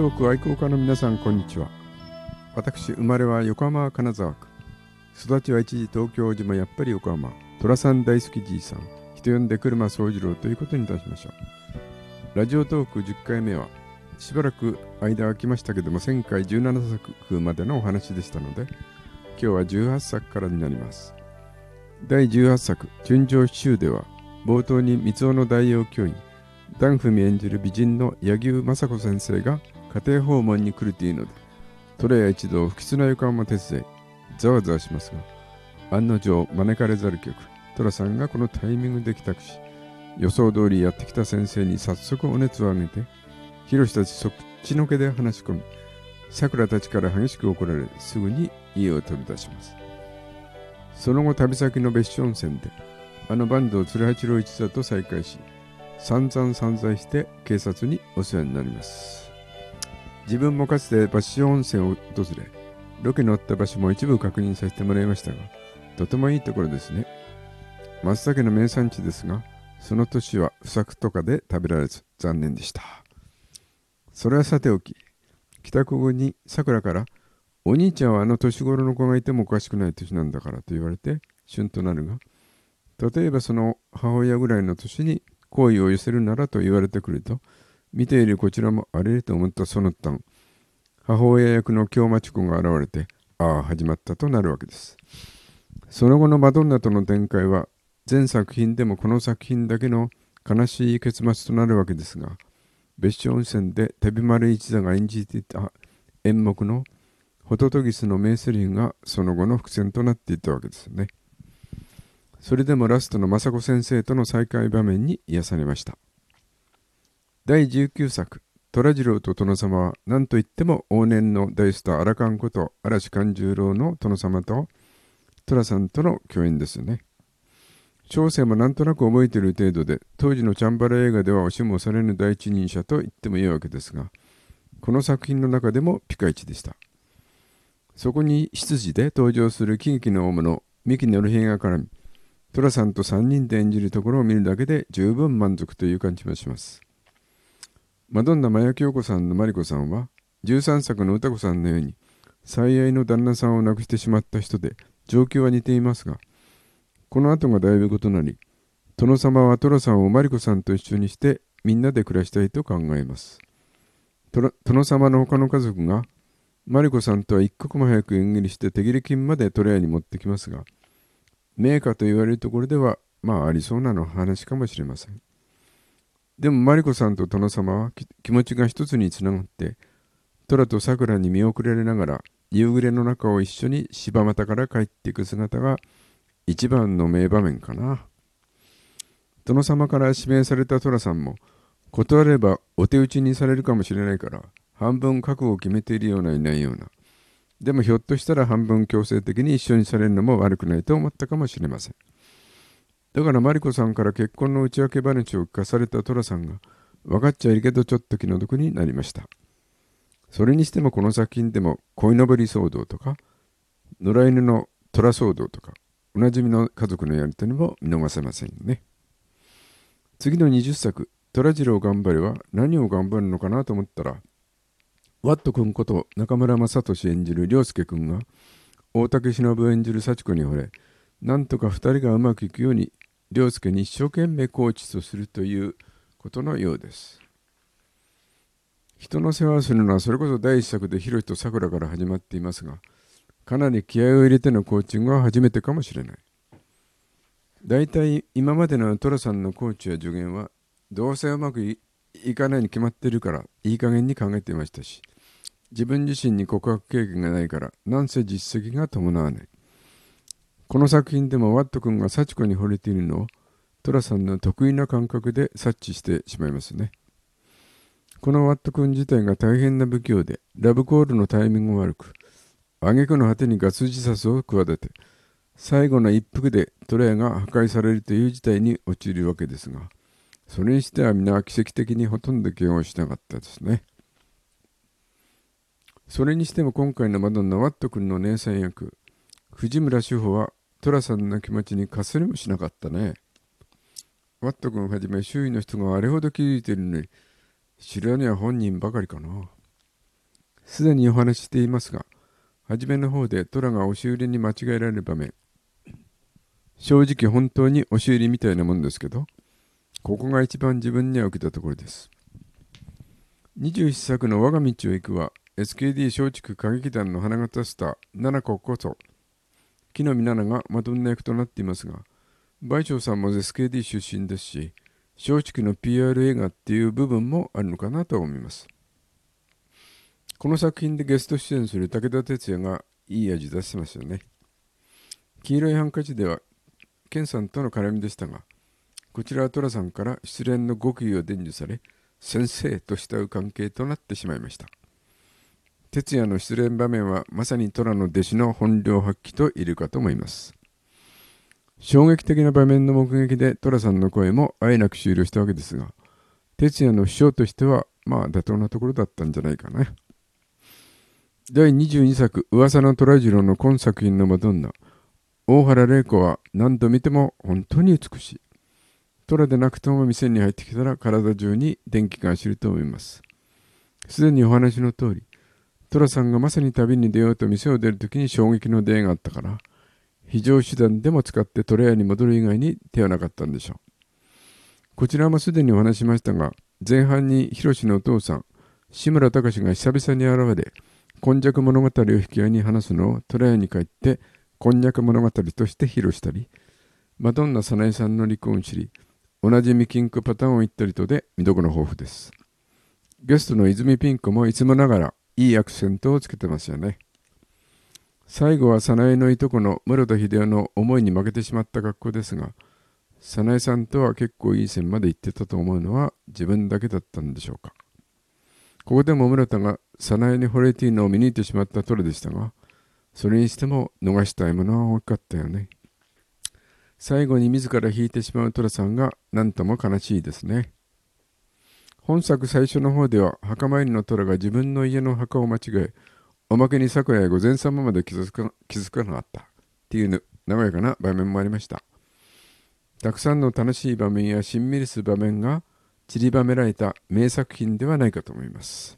トーク愛好家の皆さん、こんにちは。私、生まれは横浜金沢区、育ちは一時東京でもやっぱり横浜、寅さん大好きじいさん、人呼んで車宗次郎ということにいたしましょう。ラジオトーク10回目はしばらく間空きましたけども、1000回17作までのお話でしたので、今日は18作からになります。第18作純情詩集では、冒頭に三尾の大王教員檀文演じる美人の柳生雅子先生が家庭訪問に来るというので、虎屋一同不吉な予感も手伝いざわざわしますが、案の定招かれざる曲、虎さんがこのタイミングで帰宅し、予想通りやってきた先生に早速お熱を上げて、広志たちそっちのけで話し込み、桜たちから激しく怒られ、すぐに家を飛び出します。その後旅先の別所温泉であの坂東鶴八郎一座と再会し、散々散財して警察にお世話になります。自分もかつて別所温泉を訪れ、ロケのあった場所も一部確認させてもらいましたが、とてもいいところですね。松茸の名産地ですが、その年は不作とかで食べられず残念でした。それはさておき、帰宅後に桜から、お兄ちゃんはあの年頃の子がいてもおかしくない年なんだからと言われて旬となるが、例えばその母親ぐらいの年に好意を寄せるならと言われてくると、見ているこちらもあれれと思ったその端、母親役の京町子が現れて、ああ始まったとなるわけです。その後のマドンナとの展開は、全作品でもこの作品だけの悲しい結末となるわけですが、別所温泉で手び丸一座が演じていた演目のホトトギスの名セリフがその後の伏線となっていたわけですね。それでもラストの雅子先生との再会場面に癒されました。第19作虎次郎と殿様は何といっても往年の大スター荒勘こと嵐勘十郎の殿様と寅さんとの共演ですよね。小生もなんとなく覚えている程度で、当時のチャンバラ映画では押しもされぬ第一人者と言ってもいいわけですが、この作品の中でもピカイチでした。そこに執事で登場する喜劇の大物三木のり平が絡み、寅さんと3人で演じるところを見るだけで十分満足という感じもします。マドンナ麻耶京子さんのマリコさんは13作の歌子さんのように最愛の旦那さんを亡くしてしまった人で、状況は似ていますが、この後がだいぶ異なり、殿様は寅さんをマリコさんと一緒にしてみんなで暮らしたいと考えます。殿様の他の家族がマリコさんとは一刻も早く縁切りして手切れ金まで虎屋に持ってきますが、名家と言われるところではありそうなの話かもしれません。でもマリコさんと殿様は気持ちが一つにつながって、虎と桜に見送られながら夕暮れの中を一緒に柴又から帰っていく姿が一番の名場面かな。殿様から指名された寅さんも、断ればお手打ちにされるかもしれないから半分覚悟を決めているようないないような、でもひょっとしたら半分強制的に一緒にされるのも悪くないと思ったかもしれません。だからマリコさんから結婚の内訳話を聞かされた寅さんが、分かっちゃいるけどちょっと気の毒になりました。それにしてもこの作品でも鯉のぼり騒動とか野良犬の虎騒動とかおなじみの家族のやりとりも見逃せませんよね。次の20作虎次郎頑張れは何を頑張るのかなと思ったら、ワット君こと中村雅俊演じる涼介君が大竹しのぶ演じる幸子に惚れ、なんとか2人がうまくいくように涼介に一生懸命コーチとするということのようです。人の世話をするのはそれこそ第一作でヒロシとさくらから始まっていますが、かなり気合を入れてのコーチングは初めてかもしれない。だいたい今までの寅さんのコーチや助言は、どうせうまく いかないに決まってるからいい加減に考えていましたし、自分自身に告白経験がないからなんせ実績が伴わない。この作品でもワット君が幸子に惚れているのを寅さんの得意な感覚で察知してしまいますね。このワット君自体が大変な不器用で、ラブコールのタイミング悪く、挙句の果てにガス自殺を企て、最後の一服で虎屋が破壊されるという事態に陥るわけですが、それにしては皆奇跡的にほとんど怪我をしなかったですね。それにしても今回のマドンナワット君の姉さん役、藤村志保は寅さんの気持ちにかすりもしなかったね。ワット君はじめ周囲の人があれほど気づいているのに、知らには本人ばかりかな。 すでにお話ししていますが、初めの方でトラが押し売りに間違えられる場面、正直本当に押し売りみたいなもんですけど、ここが一番自分には受けたところです。21作の我が道を行くは、SKD 松竹歌劇団の花形スター、七子こそ、木の実奈々がマドンナ役となっていますが、倍賞さんも SKD 出身ですし、松竹の PR 映画っていう部分もあるのかなと思います。この作品でゲスト出演する武田鉄矢がいい味出してますよね。黄色いハンカチでは健さんとの絡みでしたが、こちらは寅さんから失恋の極意を伝授され、先生と慕う関係となってしまいました。哲也の失恋場面はまさに寅の弟子の本領発揮と言えるかと思います。衝撃的な場面の目撃で寅さんの声もあえなく終了したわけですが、哲也の師匠としては妥当なところだったんじゃないかな。第22作噂の虎次郎の今作品のマドンナ、大原玲子は何度見ても本当に美しい。虎でなくとも店に入ってきたら体中に電気が走ると思います。すでにお話の通り、寅さんがまさに旅に出ようと店を出るときに衝撃の出会いがあったから、非常手段でも使って虎屋に戻る以外に手はなかったんでしょう。こちらもすでにお話しましたが、前半に広のお父さん、志村隆が久々に現れ、こんにゃく物語を引き合いに話すのを虎屋に帰って、こんにゃく物語として披露したり、マドンナ早苗さんの離婚を知り、同じミキンクパターンを言ったりとで見どころ豊富です。ゲストの泉ピン子もいつもながらいいアクセントをつけてますよね。最後は早苗のいとこの室田秀夫の思いに負けてしまった格好ですが、早苗さんとは結構いい線まで行ってたと思うのは自分だけだったんでしょうか。ここでも室田が早苗に惚れているのを見抜いてしまったトラでしたが、それにしても逃したいものは大きかったよね。最後に自ら引いてしまう寅さんが何とも悲しいですね。本作最初の方では墓参りの寅が自分の家の墓を間違え、おまけに桜や御前様まで気づかなかったっていう和やかな場面もありました。たくさんの楽しい場面やしんみりする場面が散りばめられた名作品ではないかと思います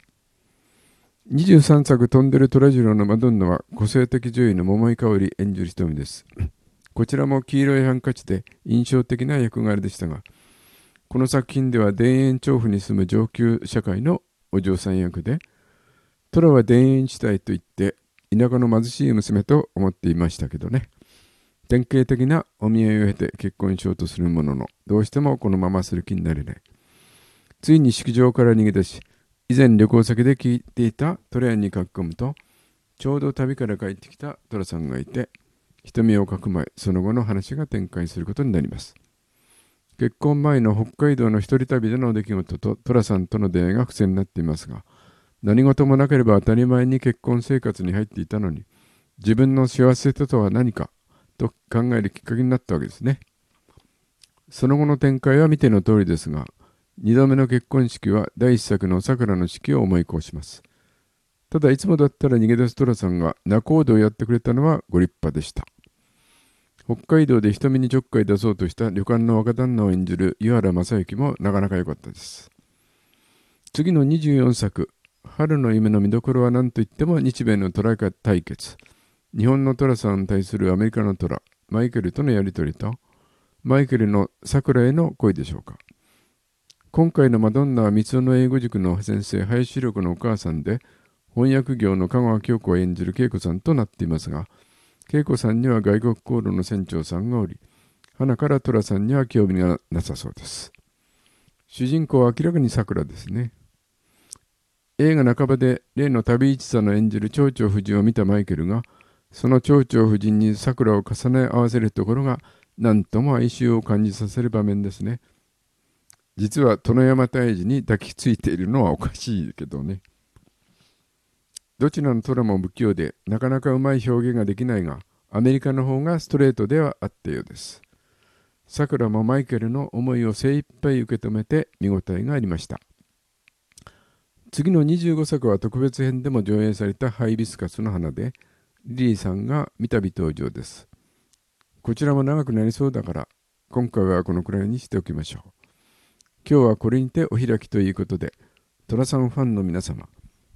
。23作飛んでる虎次郎のマドンナは個性的女優の桃井かおり演じる瞳です。こちらも黄色いハンカチで印象的な役柄でしたが、この作品では田園調布に住む上級社会のお嬢さん役で、虎は田園地帯といって田舎の貧しい娘と思っていましたけどね。典型的なお見合いを経て結婚しようとするものの、どうしてもこのままする気になれない。ついに式場から逃げ出し、以前旅行先で聞いていた虎屋に書き込むと、ちょうど旅から帰ってきた虎さんがいて、瞳をかく前、その後の話が展開することになります。結婚前の北海道の一人旅での出来事と寅さんとの出会いが伏線になっていますが、何事もなければ当たり前に結婚生活に入っていたのに、自分の幸せとは何かと考えるきっかけになったわけですね。その後の展開は見ての通りですが、2度目の結婚式は第1作のさくらの式を思い起こします。ただいつもだったら逃げ出す寅さんが仲人をやってくれたのはご立派でした。北海道で瞳にちょっかい出そうとした旅館の若旦那を演じる湯原正幸もなかなか良かったです。次の24作、春の夢の見どころは何といっても日米の虎対決。日本の寅さんに対するアメリカの虎、マイケルとのやりとりと、マイケルの桜への恋でしょうか。今回のマドンナは三尾の英語塾の先生、林弘子のお母さんで、翻訳業の香川京子を演じる恵子さんとなっていますが、恵子さんには外国航路の船長さんがおり、花から寅さんには興味がなさそうです。主人公は明らかに桜ですね。映画半ばで例の旅一茶の演じる蝶々夫人を見たマイケルが、その蝶々夫人に桜を重ね合わせるところが、何とも哀愁を感じさせる場面ですね。実は殿山退治に抱きついているのはおかしいけどね。どちらの虎も不器用でなかなかうまい表現ができないが、アメリカの方がストレートではあったようです。さくらもマイケルの思いを精一杯受け止めて見応えがありました。次の25作は特別編でも上映されたハイビスカスの花で、リリーさんが三度登場です。こちらも長くなりそうだから、今回はこのくらいにしておきましょう。今日はこれにてお開きということで、寅さんファンの皆様、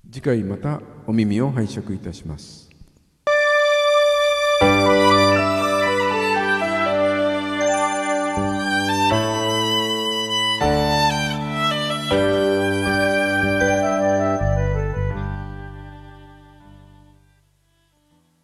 次回またお耳を拝借いたします。